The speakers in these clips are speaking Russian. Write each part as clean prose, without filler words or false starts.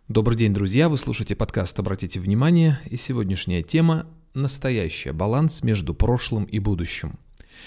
Добрый день, друзья! Вы слушаете подкаст «Обратите внимание», и сегодняшняя тема – настоящий баланс между прошлым и будущим.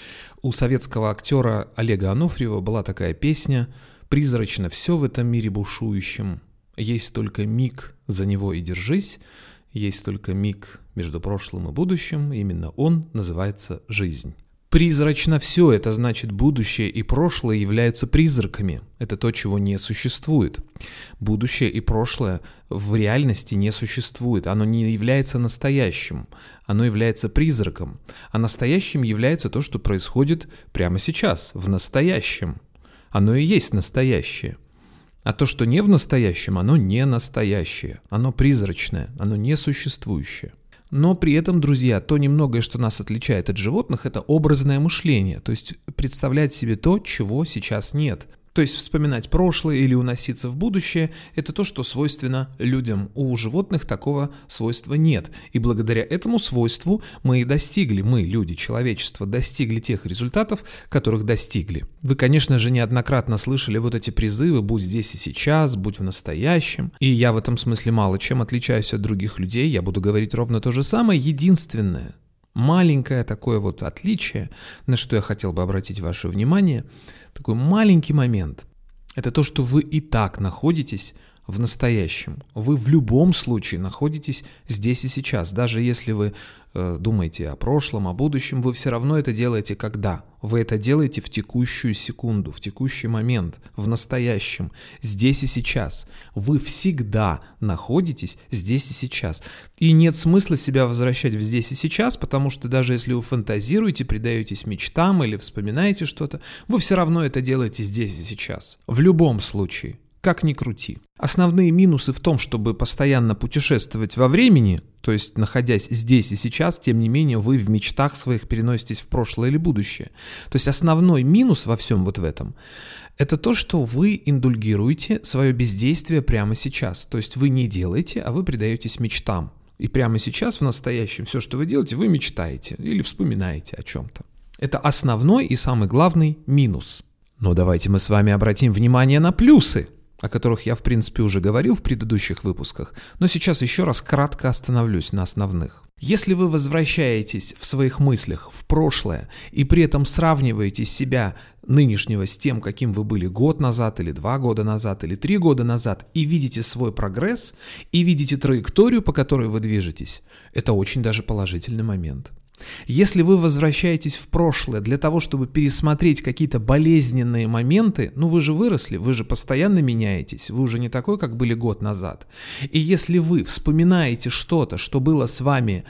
У советского актера Олега Анофриева была такая песня «Призрачно все в этом мире бушующем, есть только миг, за него и держись, есть только миг между прошлым и будущим, именно он называется жизнь». Призрачно все, это значит, будущее и прошлое являются призраками. Это то, чего не существует. Будущее и прошлое в реальности не существует. Оно не является настоящим. Оно является призраком. А настоящим является то, что происходит прямо сейчас, в настоящем. Оно и есть настоящее. А то, что не в настоящем, оно не настоящее. Оно призрачное, оно несуществующее. Но при этом, друзья, то немногое, что нас отличает от животных, это образное мышление, то есть представлять себе то, чего сейчас нет. То есть вспоминать прошлое или уноситься в будущее – это то, что свойственно людям. У животных такого свойства нет. И благодаря этому свойству мы и достигли, мы, люди, человечество, достигли тех результатов, которых достигли. Вы, конечно же, неоднократно слышали вот эти призывы «будь здесь и сейчас», «будь в настоящем». И я в этом смысле мало чем отличаюсь от других людей, я буду говорить ровно то же самое. Единственное, маленькое такое вот отличие, на что я хотел бы обратить ваше внимание, такой маленький момент. Это то, что вы и так находитесь в настоящем. Вы в любом случае находитесь здесь и сейчас. Даже если вы думаете о прошлом, о будущем, вы все равно это делаете когда? Вы это делаете в текущую секунду, в текущий момент, в настоящем, здесь и сейчас. Вы всегда находитесь здесь и сейчас. И нет смысла себя возвращать в здесь и сейчас, потому что даже если вы фантазируете, предаетесь мечтам или вспоминаете что-то, вы все равно это делаете здесь и сейчас. В любом случае. Как ни крути. Основные минусы в том, чтобы постоянно путешествовать во времени, то есть находясь здесь и сейчас, тем не менее вы в мечтах своих переноситесь в прошлое или будущее. То есть основной минус во всем вот в этом – это то, что вы индульгируете свое бездействие прямо сейчас. То есть вы не делаете, а вы предаетесь мечтам. И прямо сейчас, в настоящем, все, что вы делаете, вы мечтаете или вспоминаете о чем-то. Это основной и самый главный минус. Но давайте мы с вами обратим внимание на плюсы, о которых я, в принципе, уже говорил в предыдущих выпусках, но сейчас еще раз кратко остановлюсь на основных. Если вы возвращаетесь в своих мыслях в прошлое и при этом сравниваете себя нынешнего с тем, каким вы были год назад, или 2 года назад, или 3 года назад, и видите свой прогресс, и видите траекторию, по которой вы движетесь, это очень даже положительный момент. Если вы возвращаетесь в прошлое для того, чтобы пересмотреть какие-то болезненные моменты, вы же выросли, вы же постоянно меняетесь, вы уже не такой, как были год назад. И если вы вспоминаете что-то, что было с вами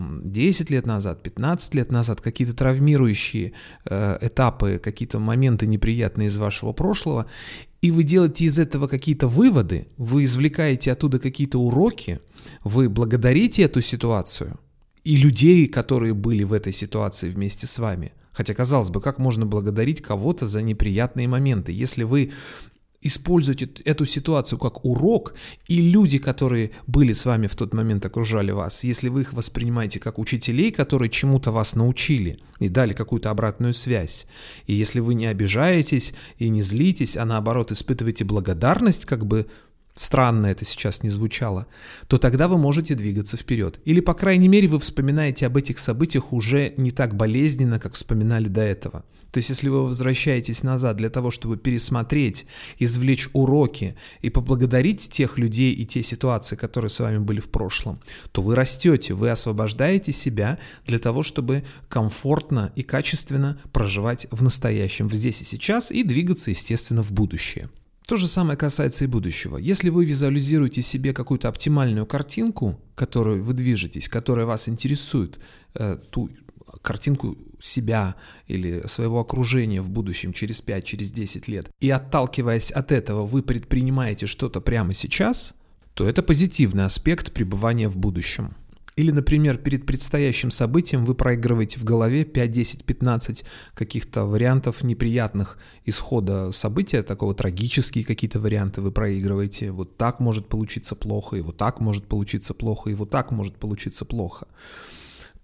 10 лет назад, 15 лет назад, какие-то травмирующие этапы, какие-то моменты неприятные из вашего прошлого, и вы делаете из этого какие-то выводы, вы извлекаете оттуда какие-то уроки, вы благодарите эту ситуацию, и людей, которые были в этой ситуации вместе с вами. Хотя, казалось бы, как можно благодарить кого-то за неприятные моменты, если вы используете эту ситуацию как урок, и люди, которые были с вами в тот момент, окружали вас, если вы их воспринимаете как учителей, которые чему-то вас научили и дали какую-то обратную связь, и если вы не обижаетесь и не злитесь, а наоборот испытываете благодарность, как бы странно это сейчас не звучало, то тогда вы можете двигаться вперед. Или, по крайней мере, вы вспоминаете об этих событиях уже не так болезненно, как вспоминали до этого. То есть, если вы возвращаетесь назад для того, чтобы пересмотреть, извлечь уроки и поблагодарить тех людей и те ситуации, которые с вами были в прошлом, то вы растете, вы освобождаете себя для того, чтобы комфортно и качественно проживать в настоящем, здесь и сейчас, и двигаться, естественно, в будущее. То же самое касается и будущего. Если вы визуализируете себе какую-то оптимальную картинку, которой вы движетесь, которая вас интересует, ту картинку себя или своего окружения в будущем через 5, через 10 лет, и отталкиваясь от этого вы предпринимаете что-то прямо сейчас, то это позитивный аспект пребывания в будущем. Или, например, перед предстоящим событием вы проигрываете в голове 5, 10, 15 каких-то вариантов неприятных исхода события, такого трагические какие-то варианты вы проигрываете. Вот так может получиться плохо, и вот так может получиться плохо, и вот так может получиться плохо.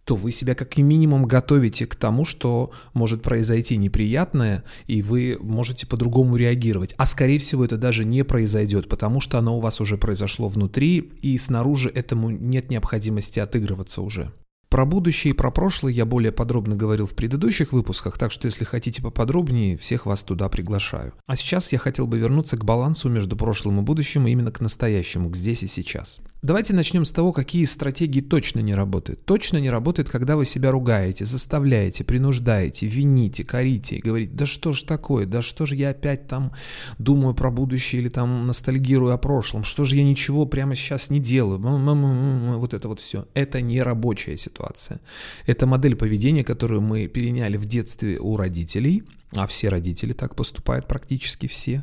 то вы себя как минимум готовите к тому, что может произойти неприятное, и вы можете по-другому реагировать. А скорее всего это даже не произойдет, потому что оно у вас уже произошло внутри, и снаружи этому нет необходимости отыгрываться уже. Про будущее и про прошлое я более подробно говорил в предыдущих выпусках, так что если хотите поподробнее, всех вас туда приглашаю. А сейчас я хотел бы вернуться к балансу между прошлым и будущим, и именно к настоящему, к здесь и сейчас. Давайте начнем с того, какие стратегии точно не работают. Точно не работает, когда вы себя ругаете, заставляете, принуждаете, вините, корите и говорите: да что ж такое, да что же я опять там думаю про будущее или там ностальгирую о прошлом, что же я ничего прямо сейчас не делаю, вот это вот все. Это не рабочая ситуация. Это модель поведения, которую мы переняли в детстве у родителей, а все родители так поступают, практически все.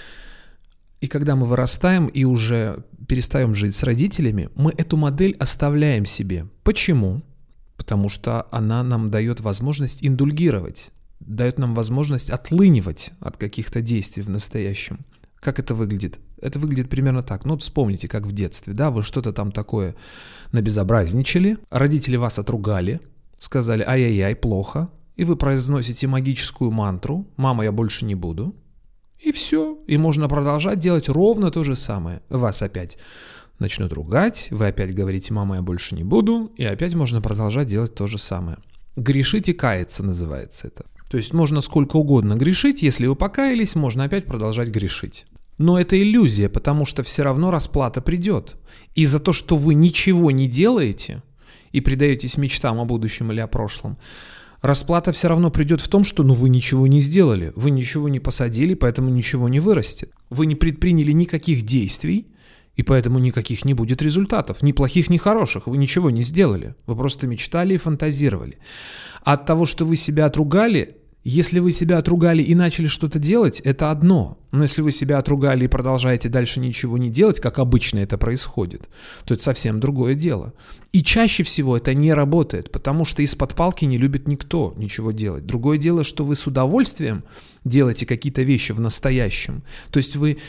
И когда мы вырастаем и уже перестаем жить с родителями, мы эту модель оставляем себе. Почему? Потому что она нам дает возможность индульгировать, дает нам возможность отлынивать от каких-то действий в настоящем. Как это выглядит? Это выглядит примерно так. Ну, вот вспомните, как в детстве, да, вы что-то там такое набезобразничали, родители вас отругали, сказали: ай-яй-яй, плохо, и вы произносите магическую мантру: «Мама, я больше не буду». И все, и можно продолжать делать ровно то же самое. Вас опять начнут ругать, вы опять говорите: «Мама, я больше не буду», и опять можно продолжать делать то же самое. Грешить и каяться называется это. То есть можно сколько угодно грешить, если вы покаялись, можно опять продолжать грешить. Но это иллюзия, потому что все равно расплата придет. И за то, что вы ничего не делаете и предаетесь мечтам о будущем или о прошлом, расплата все равно придет в том, что вы ничего не сделали, вы ничего не посадили, поэтому ничего не вырастет. Вы не предприняли никаких действий, и поэтому никаких не будет результатов, ни плохих, ни хороших. Вы ничего не сделали, вы просто мечтали и фантазировали. А от того, что вы себя отругали, если вы себя отругали и начали что-то делать, это одно. Но если вы себя отругали и продолжаете дальше ничего не делать, как обычно это происходит, то это совсем другое дело. И чаще всего это не работает, потому что из-под палки не любит никто ничего делать. Другое дело, что вы с удовольствием делаете какие-то вещи в настоящем. То есть вы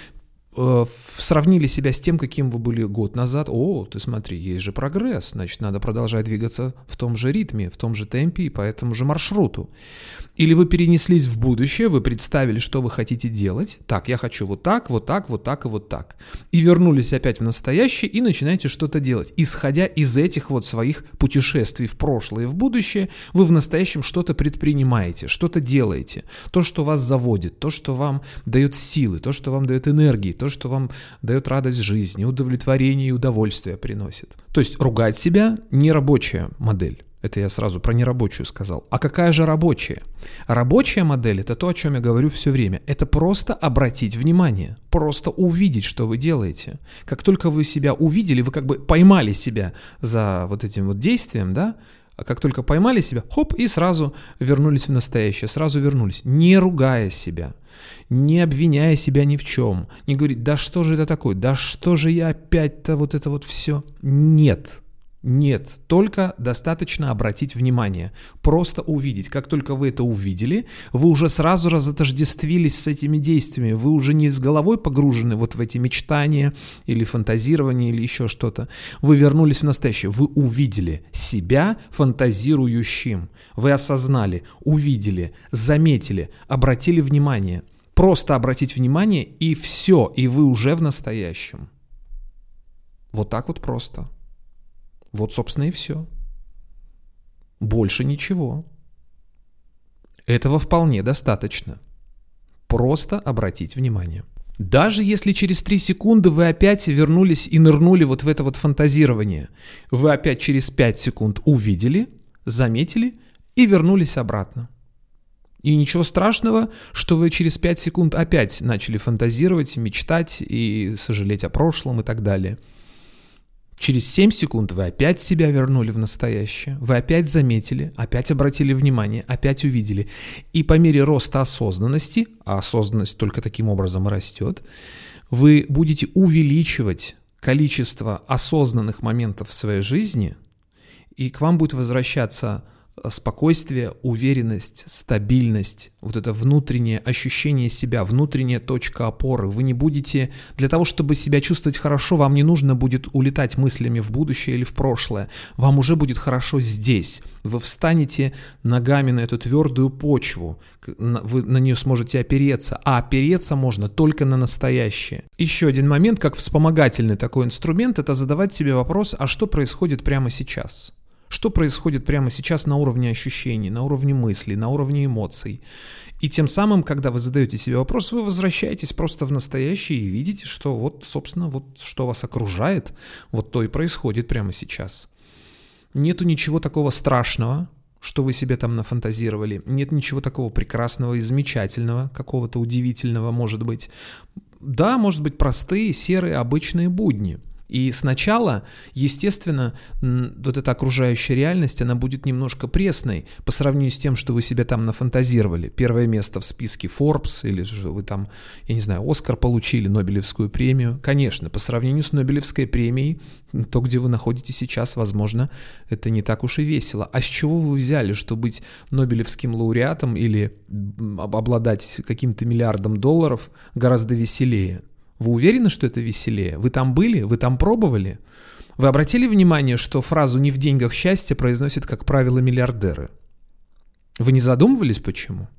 сравнили себя с тем, каким вы были год назад. О, ты смотри, есть же прогресс, значит, надо продолжать двигаться в том же ритме, в том же темпе и по этому же маршруту. Или вы перенеслись в будущее, вы представили, что вы хотите делать. Так, я хочу вот так, вот так, вот так и вот так. И вернулись опять в настоящее и начинаете что-то делать. Исходя из этих вот своих путешествий в прошлое и в будущее, вы в настоящем что-то предпринимаете, что-то делаете. То, что вас заводит, то, что вам дает силы, то, что вам дает энергии, то, что вам дает радость жизни, удовлетворение и удовольствие приносит. То есть ругать себя – не рабочая модель. Это я сразу про нерабочую сказал. А какая же рабочая? Рабочая модель – это то, о чем я говорю все время. Это просто обратить внимание, просто увидеть, что вы делаете. Как только вы себя увидели, вы как бы поймали себя за вот этим вот действием, да? А как только поймали себя, хоп, и сразу вернулись в настоящее, сразу вернулись, не ругая себя, не обвиняя себя ни в чем, не говорить: да что же это такое, да что же я опять-то вот это вот все. Нет, только достаточно обратить внимание, просто увидеть. Как только вы это увидели, вы уже сразу разотождествились с этими действиями, вы уже не с головой погружены вот в эти мечтания или фантазирования или еще что-то. Вы вернулись в настоящее, вы увидели себя фантазирующим, вы осознали, увидели, заметили, обратили внимание. Просто обратить внимание, и все, и вы уже в настоящем. Вот так вот просто. Вот, собственно, и все. Больше ничего. Этого вполне достаточно. Просто обратить внимание. Даже если через 3 секунды вы опять вернулись и нырнули вот в это вот фантазирование, вы опять через 5 секунд увидели, заметили и вернулись обратно. И ничего страшного, что вы через 5 секунд опять начали фантазировать, мечтать и сожалеть о прошлом и так далее. Через 7 секунд вы опять себя вернули в настоящее, вы опять заметили, опять обратили внимание, опять увидели. И по мере роста осознанности, а осознанность только таким образом растет, вы будете увеличивать количество осознанных моментов в своей жизни, и к вам будет возвращаться спокойствие, уверенность, стабильность, вот это внутреннее ощущение себя, внутренняя точка опоры. Вы не будете, для того, чтобы себя чувствовать хорошо, вам не нужно будет улетать мыслями в будущее или в прошлое. Вам уже будет хорошо здесь. Вы встанете ногами на эту твердую почву, вы на нее сможете опереться, а опереться можно только на настоящее. Еще один момент, как вспомогательный такой инструмент, это задавать себе вопрос, а что происходит прямо сейчас? Что происходит прямо сейчас на уровне ощущений, на уровне мыслей, на уровне эмоций? И тем самым, когда вы задаете себе вопрос, вы возвращаетесь просто в настоящее и видите, что вот, собственно, вот что вас окружает, вот то и происходит прямо сейчас. Нету ничего такого страшного, что вы себе там нафантазировали. Нет ничего такого прекрасного и замечательного, какого-то удивительного, может быть. Да, может быть, простые, серые, обычные будни. И сначала, естественно, вот эта окружающая реальность, она будет немножко пресной по сравнению с тем, что вы себе там нафантазировали. Первое место в списке Forbes, или же вы там, я не знаю, Оскар получили, Нобелевскую премию. Конечно, по сравнению с Нобелевской премией, то, где вы находитесь сейчас, возможно, это не так уж и весело. А с чего вы взяли, что быть Нобелевским лауреатом или обладать каким-то миллиардом долларов гораздо веселее? Вы уверены, что это веселее? Вы там были? Вы там пробовали? Вы обратили внимание, что фразу «не в деньгах счастье» произносят, как правило, миллиардеры? Вы не задумывались, почему?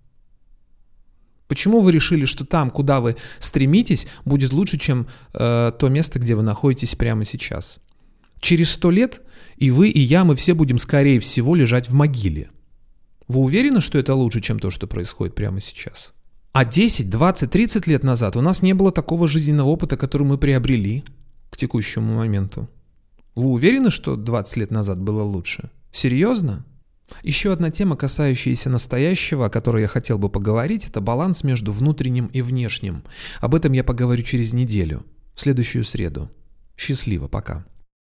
Почему вы решили, что там, куда вы стремитесь, будет лучше, чем то место, где вы находитесь прямо сейчас? Через 100 лет и вы, и я, мы все будем, скорее всего, лежать в могиле. Вы уверены, что это лучше, чем то, что происходит прямо сейчас? А 10, 20, 30 лет назад у нас не было такого жизненного опыта, который мы приобрели к текущему моменту. Вы уверены, что 20 лет назад было лучше? Серьезно? Еще одна тема, касающаяся настоящего, о которой я хотел бы поговорить, это баланс между внутренним и внешним. Об этом я поговорю через неделю, в следующую среду. Счастливо, пока.